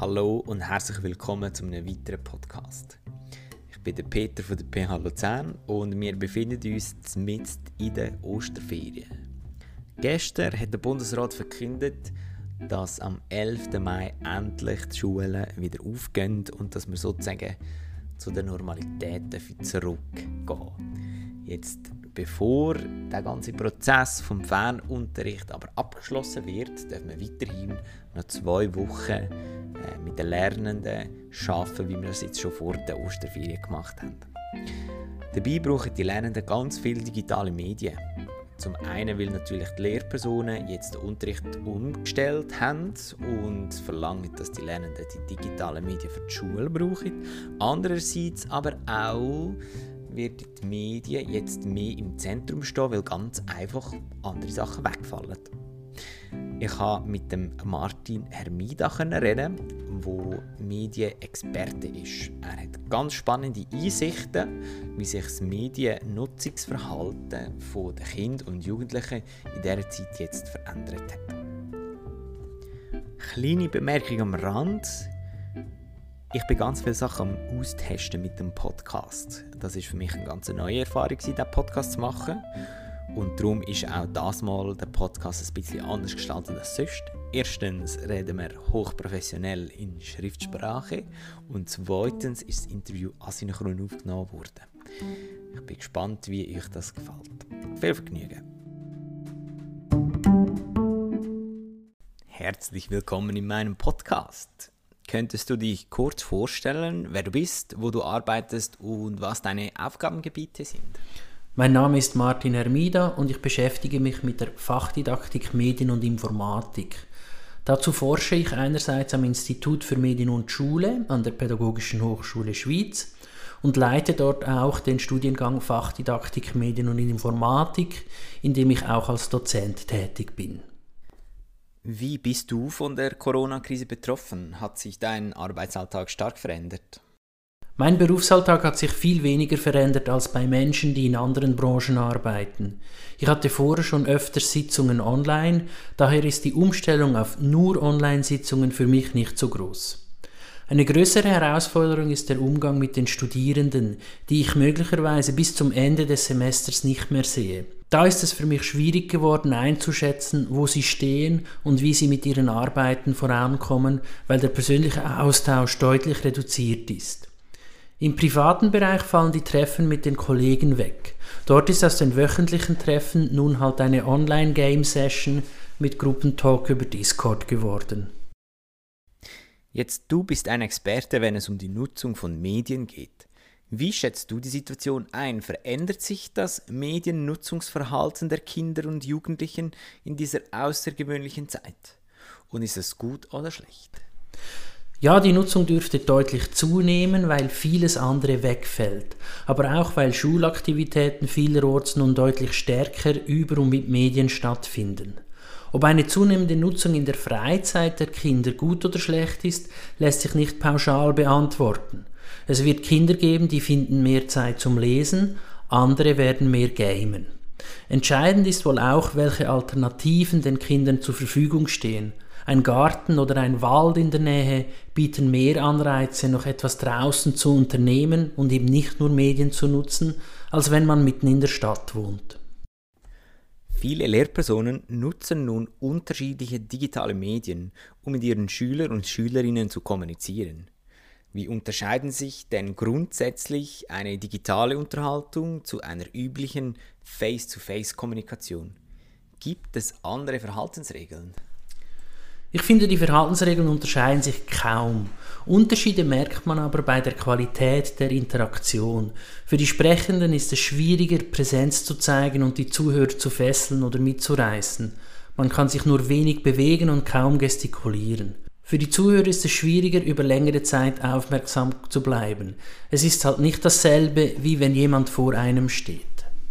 Hallo und herzlich willkommen zu einem weiteren Podcast. Ich bin der Peter von der PH Luzern und wir befinden uns mitten in den Osterferien. Gestern hat der Bundesrat verkündet, dass am 11. Mai endlich die Schulen wieder aufgehen und dass wir sozusagen zu der Normalität zurückgehen. Jetzt, bevor der ganze Prozess vom Fernunterricht aber abgeschlossen wird, dürfen wir weiterhin noch 2 Wochen mit den Lernenden arbeiten, wie wir das jetzt schon vor der Osterferien gemacht haben. Dabei brauchen die Lernenden ganz viele digitale Medien. Zum einen, weil natürlich die Lehrpersonen jetzt den Unterricht umgestellt haben und verlangen, dass die Lernenden die digitalen Medien für die Schule brauchen. Andererseits aber auch werden die Medien jetzt mehr im Zentrum stehen, weil ganz einfach andere Sachen wegfallen. Ich konnte mit dem Martin Hermida reden, der Medienexperte ist. Er hat ganz spannende Einsichten, wie sich das Mediennutzungsverhalten der Kinder und Jugendlichen in dieser Zeit jetzt verändert hat. Kleine Bemerkung am Rand. Ich bin ganz viele Sachen am Austesten mit dem Podcast. Das war für mich eine ganz neue Erfahrung, diesen Podcast zu machen. Und darum ist auch das Mal der Podcast ein bisschen anders gestaltet als sonst. Erstens reden wir hochprofessionell in Schriftsprache und zweitens ist das Interview asynchron aufgenommen worden. Ich bin gespannt, wie euch das gefällt. Viel Vergnügen! Herzlich willkommen in meinem Podcast. Könntest du dich kurz vorstellen, wer du bist, wo du arbeitest und was deine Aufgabengebiete sind? Mein Name ist Martin Hermida und ich beschäftige mich mit der Fachdidaktik Medien und Informatik. Dazu forsche ich einerseits am Institut für Medien und Schule an der Pädagogischen Hochschule Schwyz und leite dort auch den Studiengang Fachdidaktik Medien und Informatik, in dem ich auch als Dozent tätig bin. Wie bist du von der Corona-Krise betroffen? Hat sich dein Arbeitsalltag stark verändert? Mein Berufsalltag hat sich viel weniger verändert als bei Menschen, die in anderen Branchen arbeiten. Ich hatte vorher schon öfter Sitzungen online, daher ist die Umstellung auf nur Online-Sitzungen für mich nicht so groß. Eine größere Herausforderung ist der Umgang mit den Studierenden, die ich möglicherweise bis zum Ende des Semesters nicht mehr sehe. Da ist es für mich schwierig geworden einzuschätzen, wo sie stehen und wie sie mit ihren Arbeiten vorankommen, weil der persönliche Austausch deutlich reduziert ist. Im privaten Bereich fallen die Treffen mit den Kollegen weg. Dort ist aus den wöchentlichen Treffen nun halt eine Online-Game-Session mit Gruppentalk über Discord geworden. Jetzt, du bist ein Experte, wenn es um die Nutzung von Medien geht. Wie schätzt du die Situation ein? Verändert sich das Mediennutzungsverhalten der Kinder und Jugendlichen in dieser außergewöhnlichen Zeit? Und ist es gut oder schlecht? Ja, die Nutzung dürfte deutlich zunehmen, weil vieles andere wegfällt, aber auch weil Schulaktivitäten vielerorts nun deutlich stärker über und mit Medien stattfinden. Ob eine zunehmende Nutzung in der Freizeit der Kinder gut oder schlecht ist, lässt sich nicht pauschal beantworten. Es wird Kinder geben, die finden mehr Zeit zum Lesen, andere werden mehr gamen. Entscheidend ist wohl auch, welche Alternativen den Kindern zur Verfügung stehen. Ein Garten oder ein Wald in der Nähe bieten mehr Anreize, noch etwas draußen zu unternehmen und eben nicht nur Medien zu nutzen, als wenn man mitten in der Stadt wohnt. Viele Lehrpersonen nutzen nun unterschiedliche digitale Medien, um mit ihren Schülern und Schülerinnen zu kommunizieren. Wie unterscheiden sich denn grundsätzlich eine digitale Unterhaltung zu einer üblichen Face-to-Face-Kommunikation? Gibt es andere Verhaltensregeln? Ich finde, die Verhaltensregeln unterscheiden sich kaum. Unterschiede merkt man aber bei der Qualität der Interaktion. Für die Sprechenden ist es schwieriger, Präsenz zu zeigen und die Zuhörer zu fesseln oder mitzureißen. Man kann sich nur wenig bewegen und kaum gestikulieren. Für die Zuhörer ist es schwieriger, über längere Zeit aufmerksam zu bleiben. Es ist halt nicht dasselbe, wie wenn jemand vor einem steht.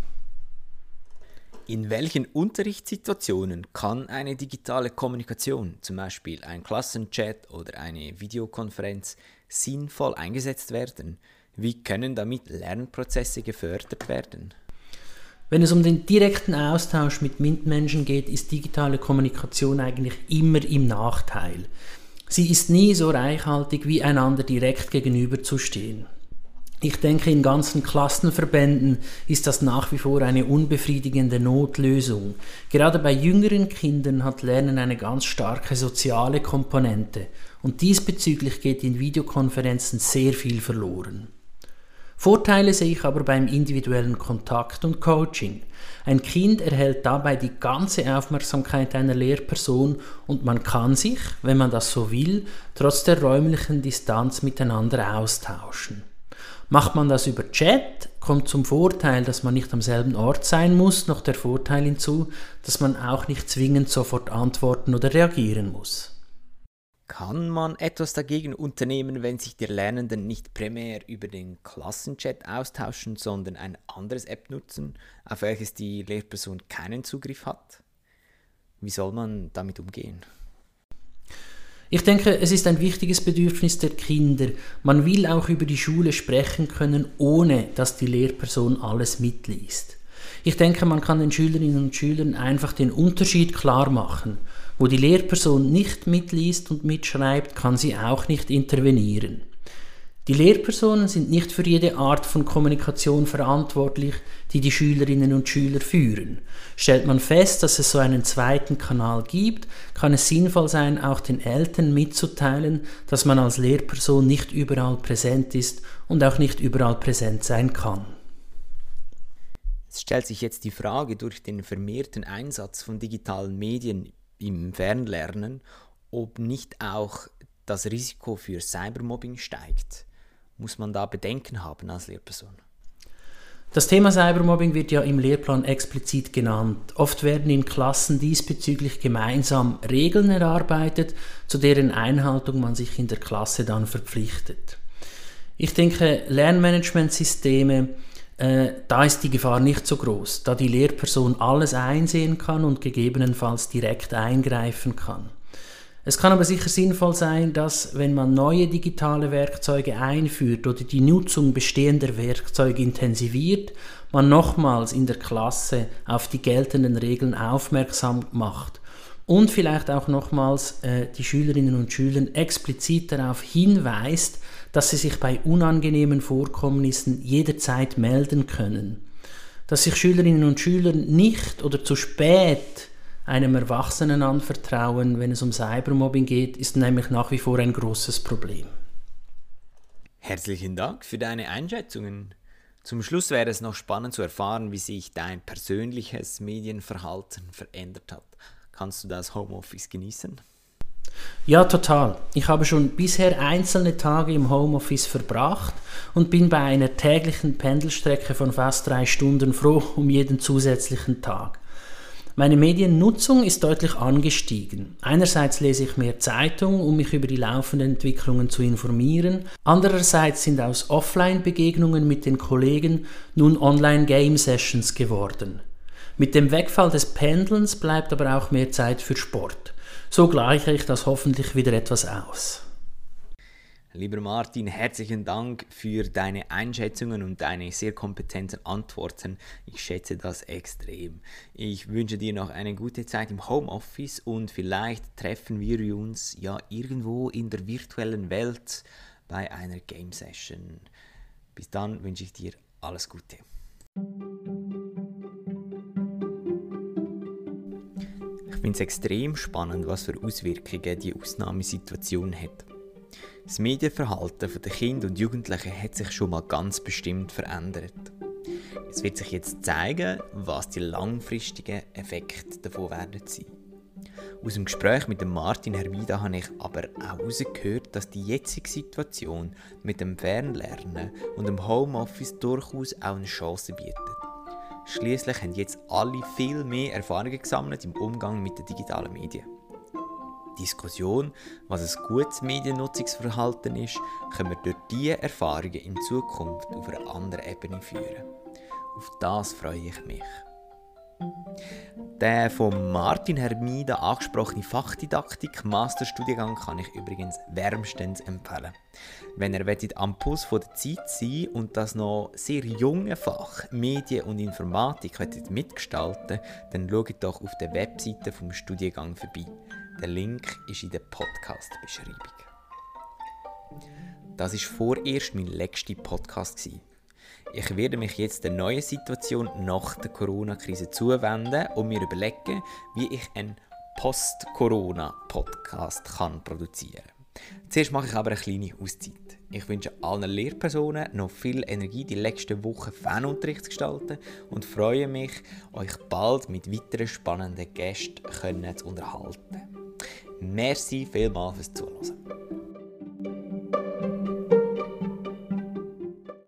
In welchen Unterrichtssituationen kann eine digitale Kommunikation, zum Beispiel ein Klassenchat oder eine Videokonferenz, sinnvoll eingesetzt werden? Wie können damit Lernprozesse gefördert werden? Wenn es um den direkten Austausch mit Mitmenschen geht, ist digitale Kommunikation eigentlich immer im Nachteil. Sie ist nie so reichhaltig, wie einander direkt gegenüberzustehen. Ich denke, in ganzen Klassenverbänden ist das nach wie vor eine unbefriedigende Notlösung. Gerade bei jüngeren Kindern hat Lernen eine ganz starke soziale Komponente und diesbezüglich geht in Videokonferenzen sehr viel verloren. Vorteile sehe ich aber beim individuellen Kontakt und Coaching. Ein Kind erhält dabei die ganze Aufmerksamkeit einer Lehrperson und man kann sich, wenn man das so will, trotz der räumlichen Distanz miteinander austauschen. Macht man das über Chat, kommt zum Vorteil, dass man nicht am selben Ort sein muss, noch der Vorteil hinzu, dass man auch nicht zwingend sofort antworten oder reagieren muss. Kann man etwas dagegen unternehmen, wenn sich die Lernenden nicht primär über den Klassenchat austauschen, sondern ein anderes App nutzen, auf welches die Lehrperson keinen Zugriff hat? Wie soll man damit umgehen? Ich denke, es ist ein wichtiges Bedürfnis der Kinder. Man will auch über die Schule sprechen können, ohne dass die Lehrperson alles mitliest. Ich denke, man kann den Schülerinnen und Schülern einfach den Unterschied klar machen. Wo die Lehrperson nicht mitliest und mitschreibt, kann sie auch nicht intervenieren. Die Lehrpersonen sind nicht für jede Art von Kommunikation verantwortlich, die die Schülerinnen und Schüler führen. Stellt man fest, dass es so einen zweiten Kanal gibt, kann es sinnvoll sein, auch den Eltern mitzuteilen, dass man als Lehrperson nicht überall präsent ist und auch nicht überall präsent sein kann. Es stellt sich jetzt die Frage durch den vermehrten Einsatz von digitalen Medien im Fernlernen, ob nicht auch das Risiko für Cybermobbing steigt. Muss man da Bedenken haben als Lehrperson? Das Thema Cybermobbing wird ja im Lehrplan explizit genannt. Oft werden in Klassen diesbezüglich gemeinsam Regeln erarbeitet, zu deren Einhaltung man sich in der Klasse dann verpflichtet. Ich denke, Lernmanagementsysteme, da ist die Gefahr nicht so groß, da die Lehrperson alles einsehen kann und gegebenenfalls direkt eingreifen kann. Es kann aber sicher sinnvoll sein, dass, wenn man neue digitale Werkzeuge einführt oder die Nutzung bestehender Werkzeuge intensiviert, man nochmals in der Klasse auf die geltenden Regeln aufmerksam macht und vielleicht auch nochmals die Schülerinnen und Schüler explizit darauf hinweist, dass sie sich bei unangenehmen Vorkommnissen jederzeit melden können. Dass sich Schülerinnen und Schüler nicht oder zu spät einem Erwachsenen anvertrauen, wenn es um Cybermobbing geht, ist nämlich nach wie vor ein großes Problem. Herzlichen Dank für deine Einschätzungen. Zum Schluss wäre es noch spannend zu erfahren, wie sich dein persönliches Medienverhalten verändert hat. Kannst du das Homeoffice genießen? Ja, total. Ich habe schon bisher einzelne Tage im Homeoffice verbracht und bin bei einer täglichen Pendelstrecke von fast 3 Stunden froh um jeden zusätzlichen Tag. Meine Mediennutzung ist deutlich angestiegen. Einerseits lese ich mehr Zeitung, um mich über die laufenden Entwicklungen zu informieren. Andererseits sind aus Offline-Begegnungen mit den Kollegen nun Online-Game-Sessions geworden. Mit dem Wegfall des Pendelns bleibt aber auch mehr Zeit für Sport. So gleiche ich das hoffentlich wieder etwas aus. Lieber Martin, herzlichen Dank für deine Einschätzungen und deine sehr kompetenten Antworten. Ich schätze das extrem. Ich wünsche dir noch eine gute Zeit im Homeoffice und vielleicht treffen wir uns ja irgendwo in der virtuellen Welt bei einer Game Session. Bis dann wünsche ich dir alles Gute. Ich finde es extrem spannend, was für Auswirkungen die Ausnahmesituation hat. Das Medienverhalten der Kinder und Jugendlichen hat sich schon mal ganz bestimmt verändert. Es wird sich jetzt zeigen, was die langfristigen Effekte davon werden sein. Aus dem Gespräch mit dem Martin Hermida habe ich aber auch herausgehört, dass die jetzige Situation mit dem Fernlernen und dem Homeoffice durchaus auch eine Chance bietet. Schliesslich haben jetzt alle viel mehr Erfahrungen gesammelt im Umgang mit den digitalen Medien. Diskussion, was ein gutes Mediennutzungsverhalten ist, können wir durch diese Erfahrungen in Zukunft auf einer anderen Ebene führen. Auf das freue ich mich. Der von Martin Hermida angesprochene Fachdidaktik Masterstudiengang kann ich übrigens wärmstens empfehlen. Wenn ihr am Puls der Zeit sein und das noch sehr junge Fach Medien und Informatik mitgestalten, dann schaut doch auf der Webseite vom Studiengang vorbei. Der Link ist in der Podcast-Beschreibung. Das war vorerst mein letzter Podcast. Ich werde mich jetzt der neuen Situation nach der Corona-Krise zuwenden und mir überlegen, wie ich einen Post-Corona-Podcast produzieren kann. Zuerst mache ich aber eine kleine Auszeit. Ich wünsche allen Lehrpersonen noch viel Energie, die letzten Wochen Fanunterricht zu gestalten und freue mich, euch bald mit weiteren spannenden Gästen zu unterhalten. Merci vielmals fürs Zuhören.